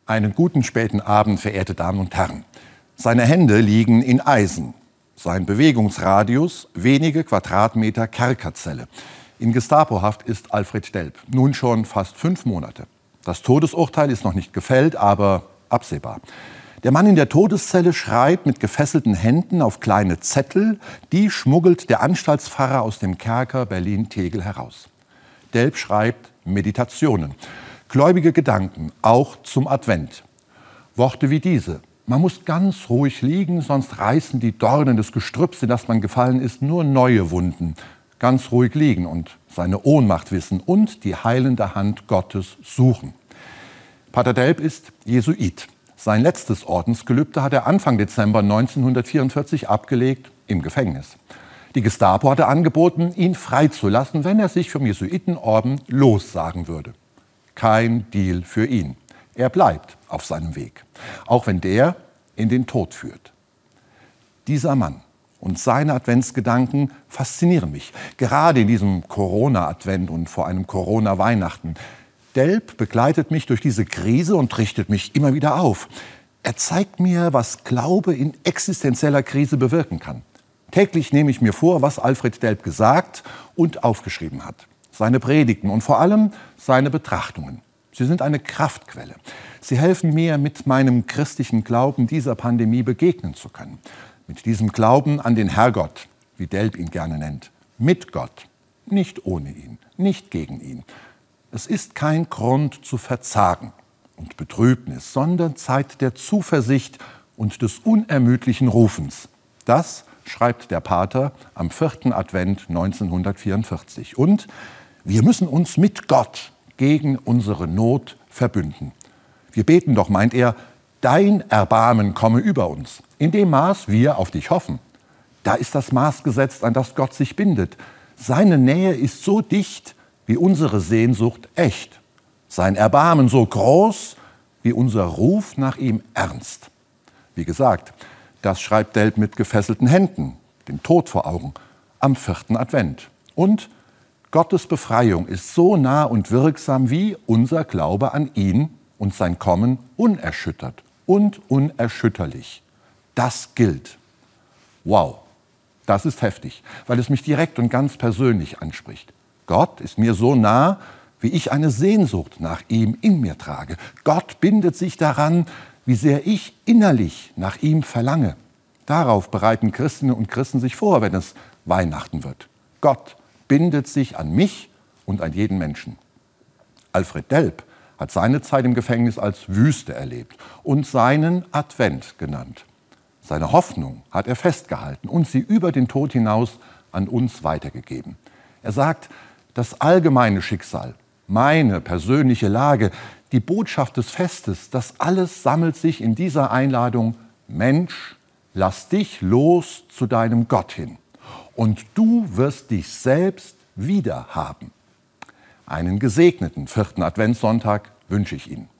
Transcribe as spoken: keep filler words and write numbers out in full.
Einen guten späten Abend, verehrte Damen und Herren. Seine Hände liegen in Eisen. Sein Bewegungsradius wenige Quadratmeter Kerkerzelle. In Gestapohaft ist Alfred Delp, nun schon fast fünf Monate. Das Todesurteil ist noch nicht gefällt, aber absehbar. Der Mann in der Todeszelle schreibt mit gefesselten Händen auf kleine Zettel, die schmuggelt der Anstaltspfarrer aus dem Kerker Berlin-Tegel heraus. Delp schreibt Meditationen, gläubige Gedanken, auch zum Advent. Worte wie diese: Man muss ganz ruhig liegen, sonst reißen die Dornen des Gestrüpps, in das man gefallen ist, nur neue Wunden. Ganz ruhig liegen und seine Ohnmacht wissen und die heilende Hand Gottes suchen. Pater Delp ist Jesuit. Sein letztes Ordensgelübde hat er Anfang Dezember neunzehnhundertvierundvierzig abgelegt im Gefängnis. Die Gestapo hatte angeboten, ihn freizulassen, wenn er sich vom Jesuitenorden lossagen würde. Kein Deal für ihn. Er bleibt auf seinem Weg, auch wenn der in den Tod führt. Dieser Mann und seine Adventsgedanken faszinieren mich, gerade in diesem Corona-Advent und vor einem Corona-Weihnachten. Delp begleitet mich durch diese Krise und richtet mich immer wieder auf. Er zeigt mir, was Glaube in existenzieller Krise bewirken kann. Täglich nehme ich mir vor, was Alfred Delp gesagt und aufgeschrieben hat. Seine Predigten und vor allem seine Betrachtungen. Sie sind eine Kraftquelle. Sie helfen mir, mit meinem christlichen Glauben dieser Pandemie begegnen zu können. Mit diesem Glauben an den Herrgott, wie Delp ihn gerne nennt. Mit Gott, nicht ohne ihn, nicht gegen ihn. Es ist kein Grund zu Verzagen und Betrübnis, sondern Zeit der Zuversicht und des unermüdlichen Rufens. Das schreibt der Pater am vierten Advent neunzehnhundertvierundvierzig. Und wir müssen uns mit Gott gegen unsere Not verbünden. Wir beten doch, meint er, dein Erbarmen komme über uns, in dem Maß wir auf dich hoffen. Da ist das Maß gesetzt, an das Gott sich bindet. Seine Nähe ist so dicht, wie unsere Sehnsucht echt. Sein Erbarmen so groß, wie unser Ruf nach ihm ernst. Wie gesagt, das schreibt Delp mit gefesselten Händen, dem Tod vor Augen, am vierten Advent. Und Gottes Befreiung ist so nah und wirksam wie unser Glaube an ihn und sein Kommen unerschüttert und unerschütterlich. Das gilt. Wow, das ist heftig, weil es mich direkt und ganz persönlich anspricht. Gott ist mir so nah, wie ich eine Sehnsucht nach ihm in mir trage. Gott bindet sich daran, wie sehr ich innerlich nach ihm verlange. Darauf bereiten Christinnen und Christen sich vor, wenn es Weihnachten wird. Gott bindet sich an mich und an jeden Menschen. Alfred Delp hat seine Zeit im Gefängnis als Wüste erlebt und seinen Advent genannt. Seine Hoffnung hat er festgehalten und sie über den Tod hinaus an uns weitergegeben. Er sagt, das allgemeine Schicksal, meine persönliche Lage, die Botschaft des Festes, das alles sammelt sich in dieser Einladung: Mensch, lass dich los zu deinem Gott hin. Und du wirst dich selbst wieder haben. Einen gesegneten vierten Adventssonntag wünsche ich Ihnen.